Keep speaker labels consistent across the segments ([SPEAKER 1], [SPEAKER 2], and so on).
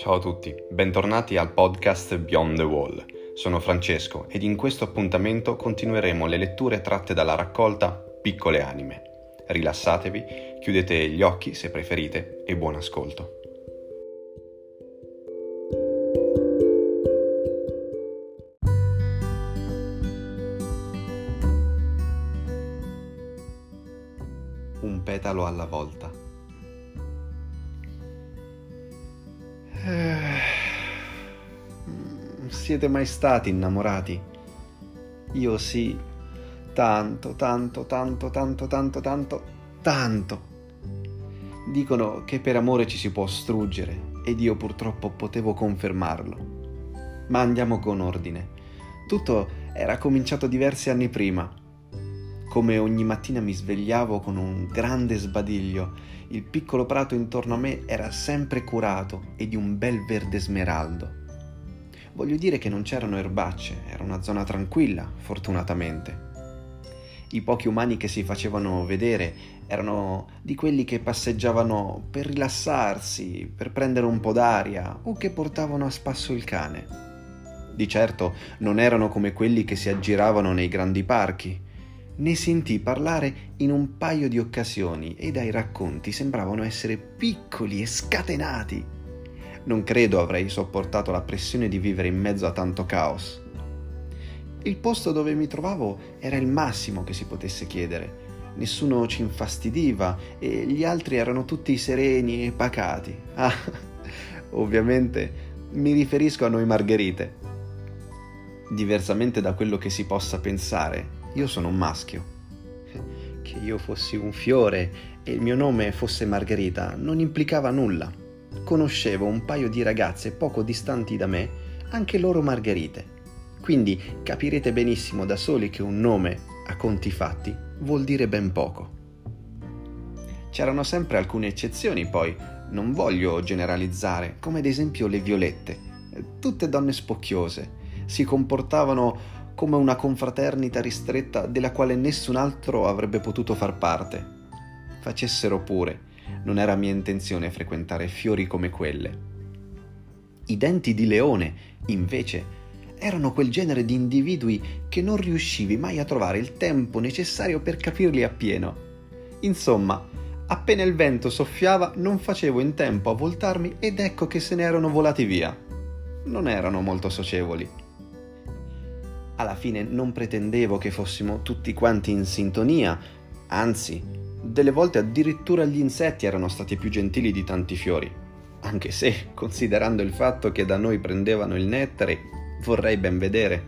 [SPEAKER 1] Ciao a tutti, bentornati al podcast Beyond the Wall. Sono Francesco ed in questo appuntamento continueremo le letture tratte dalla raccolta Piccole Anime. Rilassatevi, chiudete gli occhi se preferite e buon ascolto. Un petalo alla volta. Siete mai stati innamorati? Io sì, tanto. Dicono che per amore ci si può struggere ed io purtroppo potevo confermarlo. Ma andiamo con ordine. Tutto era cominciato diversi anni prima. Come ogni mattina mi svegliavo con un grande sbadiglio, il piccolo prato intorno a me era sempre curato e di un bel verde smeraldo. Voglio dire che non c'erano erbacce, era una zona tranquilla, fortunatamente. I pochi umani che si facevano vedere erano di quelli che passeggiavano per rilassarsi, per prendere un po' d'aria o che portavano a spasso il cane. Di certo non erano come quelli che si aggiravano nei grandi parchi. Ne sentii parlare in un paio di occasioni e dai racconti sembravano essere piccoli e scatenati. Non credo avrei sopportato la pressione di vivere in mezzo a tanto caos. Il posto dove mi trovavo era il massimo che si potesse chiedere. Nessuno ci infastidiva e gli altri erano tutti sereni e pacati. Ovviamente mi riferisco a noi margherite. Diversamente da quello che si possa pensare, io sono un maschio. Che io fossi un fiore e il mio nome fosse Margherita non implicava nulla. Conoscevo un paio di ragazze poco distanti da me, anche loro Margherite. Quindi capirete benissimo da soli che un nome, a conti fatti, vuol dire ben poco. C'erano sempre alcune eccezioni, poi, non voglio generalizzare, come ad esempio le Violette. Tutte donne spocchiose, si comportavano come una confraternita ristretta della quale nessun altro avrebbe potuto far parte. Facessero pure, non era mia intenzione frequentare fiori come quelle. I denti di leone, invece, erano quel genere di individui che non riuscivi mai a trovare il tempo necessario per capirli appieno. Insomma, appena il vento soffiava non facevo in tempo a voltarmi ed ecco che se ne erano volati via. Non erano molto socievoli. Alla fine non pretendevo che fossimo tutti quanti in sintonia, anzi, delle volte addirittura gli insetti erano stati più gentili di tanti fiori, anche se, considerando il fatto che da noi prendevano il nettare, vorrei ben vedere.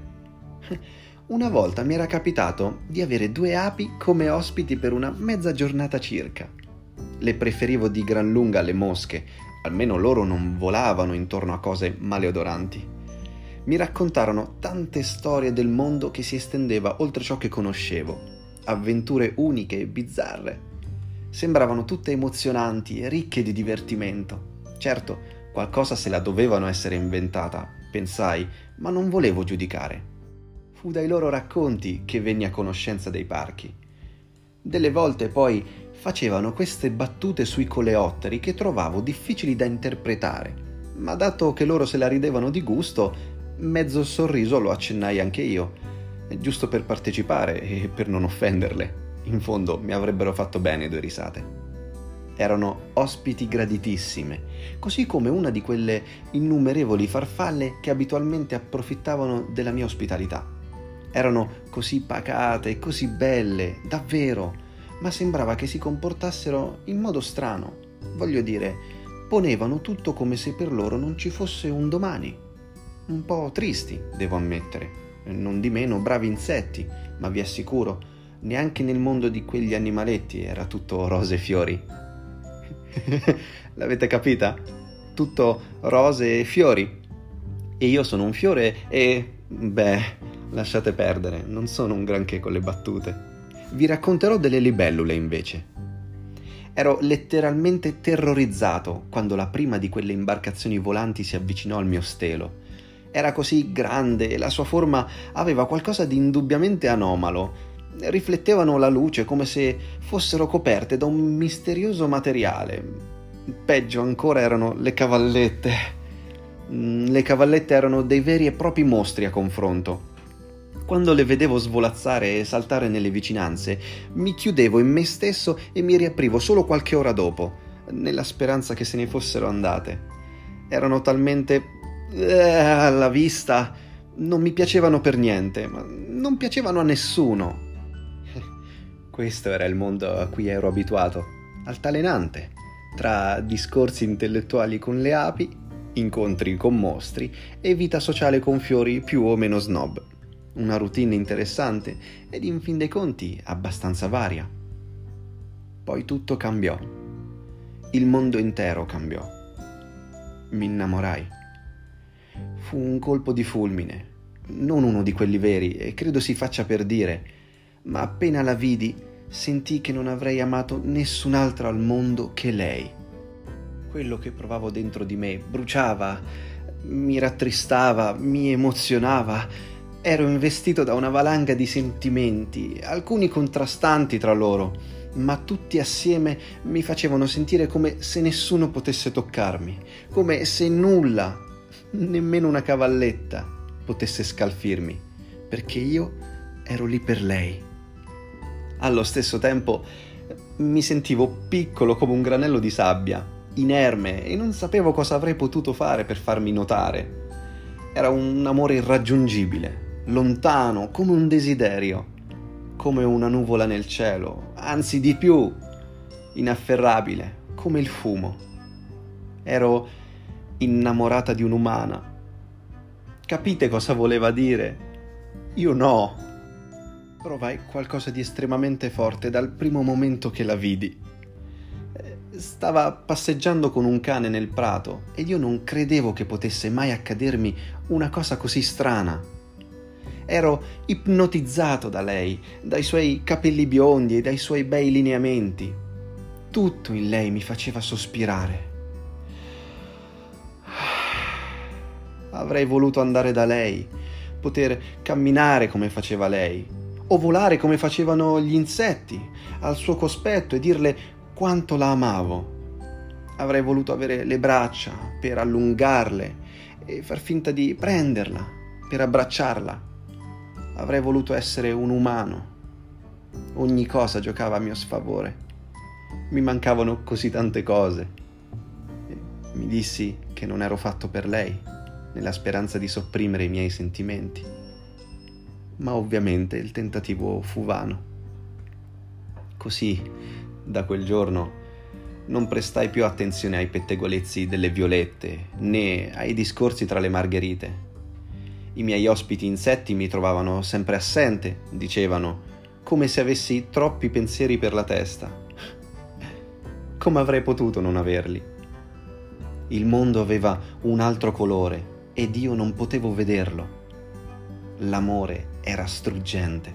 [SPEAKER 1] Una volta mi era capitato di avere 2 api come ospiti per una mezza giornata circa. Le preferivo di gran lunga alle mosche, almeno loro non volavano intorno a cose maleodoranti. Mi raccontarono tante storie del mondo che si estendeva oltre ciò che conoscevo, avventure uniche e bizzarre. Sembravano tutte emozionanti e ricche di divertimento. Certo, qualcosa se la dovevano essere inventata, pensai, ma non volevo giudicare. Fu dai loro racconti che venni a conoscenza dei parchi. Delle volte poi facevano queste battute sui coleotteri che trovavo difficili da interpretare, ma dato che loro se la ridevano di gusto, mezzo sorriso lo accennai anche io, giusto per partecipare e per non offenderle. In fondo mi avrebbero fatto bene 2 risate. Erano ospiti graditissime, così come una di quelle innumerevoli farfalle che abitualmente approfittavano della mia ospitalità. Erano così pacate e così belle, davvero, ma sembrava che si comportassero in modo strano. Voglio dire, ponevano tutto come se per loro non ci fosse un domani. Un po' tristi, devo ammettere. Non di meno bravi insetti, ma vi assicuro, neanche nel mondo di quegli animaletti era tutto rose e fiori. L'avete capita? Tutto rose e fiori. E io sono un fiore e... lasciate perdere, non sono un granché con le battute. Vi racconterò delle libellule invece. Ero letteralmente terrorizzato quando la prima di quelle imbarcazioni volanti si avvicinò al mio stelo. Era così grande e la sua forma aveva qualcosa di indubbiamente anomalo. Riflettevano la luce come se fossero coperte da un misterioso materiale. Peggio ancora erano le cavallette. Le cavallette erano dei veri e propri mostri a confronto. Quando le vedevo svolazzare e saltare nelle vicinanze, mi chiudevo in me stesso e mi riaprivo solo qualche ora dopo, nella speranza che se ne fossero andate. Erano talmente alla vista, non mi piacevano per niente, ma non piacevano a nessuno. Questo era il mondo a cui ero abituato, altalenante, tra discorsi intellettuali con le api, incontri con mostri e vita sociale con fiori più o meno snob. Una routine interessante ed in fin dei conti abbastanza varia. Poi tutto cambiò. Il mondo intero cambiò. Mi innamorai. Fu un colpo di fulmine, non uno di quelli veri, e credo si faccia per dire, ma appena la vidi sentii che non avrei amato nessun altro al mondo che lei. Quello che provavo dentro di me bruciava, mi rattristava, mi emozionava. Ero investito da una valanga di sentimenti, alcuni contrastanti tra loro, ma tutti assieme mi facevano sentire come se nessuno potesse toccarmi, come se nulla, nemmeno una cavalletta, potesse scalfirmi, perché io ero lì per lei. Allo stesso tempo mi sentivo piccolo come un granello di sabbia, inerme, e non sapevo cosa avrei potuto fare per farmi notare. Era un amore irraggiungibile, lontano come un desiderio, come una nuvola nel cielo, anzi di più, inafferrabile come il fumo. Ero innamorata di un'umana. Capite cosa voleva dire? Io no. Provai qualcosa di estremamente forte dal primo momento che la vidi. Stava passeggiando con un cane nel prato ed io non credevo che potesse mai accadermi una cosa così strana. Ero ipnotizzato da lei, dai suoi capelli biondi e dai suoi bei lineamenti. Tutto in lei mi faceva sospirare. Avrei voluto andare da lei, poter camminare come faceva lei, o volare come facevano gli insetti, al suo cospetto, e dirle quanto la amavo. Avrei voluto avere le braccia per allungarle e far finta di prenderla, per abbracciarla. Avrei voluto essere un umano. Ogni cosa giocava a mio sfavore. Mi mancavano così tante cose. Mi dissi che non ero fatto per lei, nella speranza di sopprimere i miei sentimenti. Ma ovviamente il tentativo fu vano. Così, da quel giorno, non prestai più attenzione ai pettegolezzi delle violette, né ai discorsi tra le margherite. I miei ospiti insetti mi trovavano sempre assente, dicevano, come se avessi troppi pensieri per la testa. Come avrei potuto non averli? Il mondo aveva un altro colore ed io non potevo vederlo. L'amore era struggente.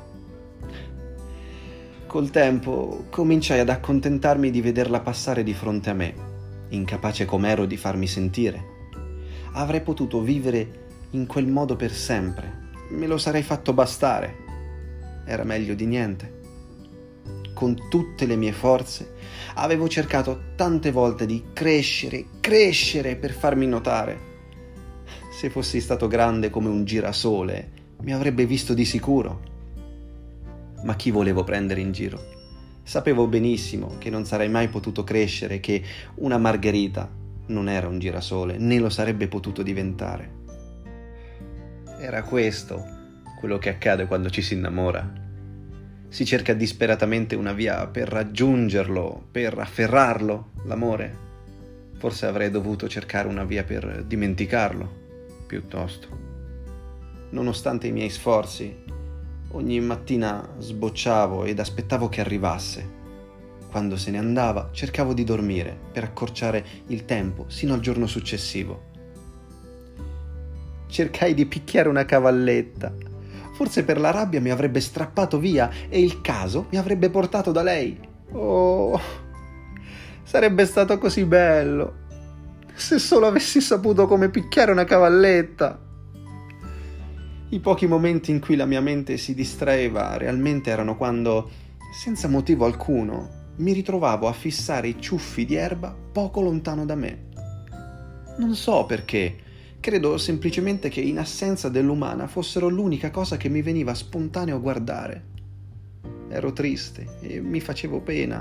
[SPEAKER 1] Col tempo cominciai ad accontentarmi di vederla passare di fronte a me, incapace com'ero di farmi sentire. Avrei potuto vivere in quel modo per sempre, me lo sarei fatto bastare. Era meglio di niente. Con tutte le mie forze avevo cercato tante volte di crescere per farmi notare. Se fossi stato grande come un girasole, mi avrebbe visto di sicuro. Ma chi volevo prendere in giro? Sapevo benissimo che non sarei mai potuto crescere, che una margherita non era un girasole, né lo sarebbe potuto diventare. Era questo quello che accade quando ci si innamora. Si cerca disperatamente una via per raggiungerlo, per afferrarlo, l'amore. Forse avrei dovuto cercare una via per dimenticarlo, piuttosto. Nonostante i miei sforzi, ogni mattina sbocciavo ed aspettavo che arrivasse. Quando se ne andava, cercavo di dormire per accorciare il tempo sino al giorno successivo. Cercai di picchiare una cavalletta. Forse per la rabbia mi avrebbe strappato via e il caso mi avrebbe portato da lei. Oh, sarebbe stato così bello se solo avessi saputo come picchiare una cavalletta. I pochi momenti in cui la mia mente si distraeva realmente erano quando, senza motivo alcuno, mi ritrovavo a fissare i ciuffi di erba poco lontano da me. Non so perché, Credo semplicemente che in assenza dell'umana fossero l'unica cosa che mi veniva spontaneo guardare. Ero triste e mi facevo pena.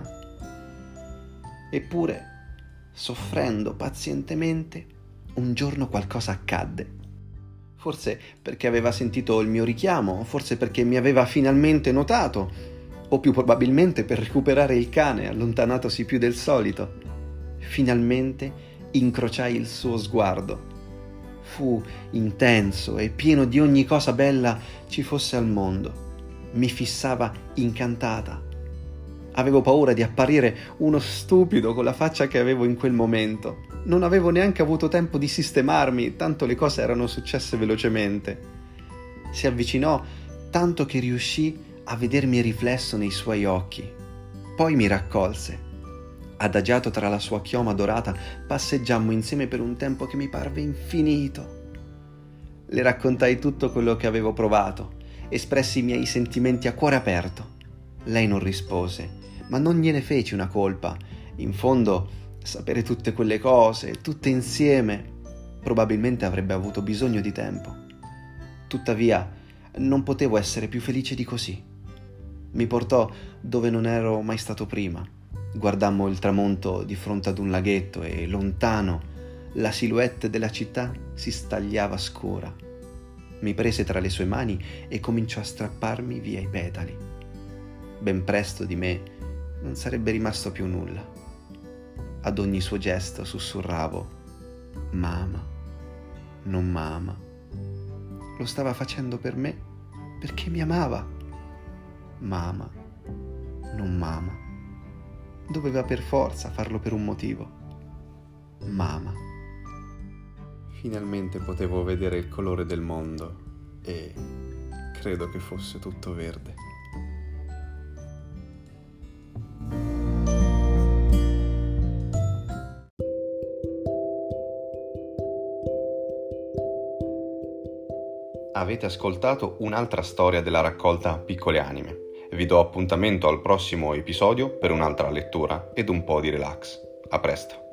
[SPEAKER 1] Eppure, soffrendo pazientemente, un giorno qualcosa accadde. Forse perché aveva sentito il mio richiamo, forse perché mi aveva finalmente notato, o più probabilmente per recuperare il cane allontanatosi più del solito. Finalmente incrociai il suo sguardo. Fu intenso e pieno di ogni cosa bella ci fosse al mondo. Mi fissava incantata. Avevo paura di apparire uno stupido con la faccia che avevo in quel momento. Non avevo neanche avuto tempo di sistemarmi, tanto le cose erano successe velocemente. Si avvicinò tanto che riuscì a vedermi riflesso nei suoi occhi. Poi mi raccolse. Adagiato tra la sua chioma dorata, passeggiammo insieme per un tempo che mi parve infinito. Le raccontai tutto quello che avevo provato, espressi i miei sentimenti a cuore aperto. Lei non rispose, ma non gliene feci una colpa. In fondo, sapere tutte quelle cose, tutte insieme, probabilmente avrebbe avuto bisogno di tempo. Tuttavia, non potevo essere più felice di così. Mi portò dove non ero mai stato prima. Guardammo il tramonto di fronte ad un laghetto e lontano la silhouette della città si stagliava scura. Mi prese tra le sue mani e cominciò a strapparmi via i petali. Ben presto di me non sarebbe rimasto più nulla. Ad ogni suo gesto sussurravo: «Mama, non mama». Lo stava facendo per me perché mi amava. Mama, non mama. Doveva per forza farlo per un motivo. Mama. Finalmente potevo vedere il colore del mondo e credo che fosse tutto verde. Avete ascoltato un'altra storia della raccolta Piccole Anime. Vi do appuntamento al prossimo episodio per un'altra lettura ed un po' di relax. A presto.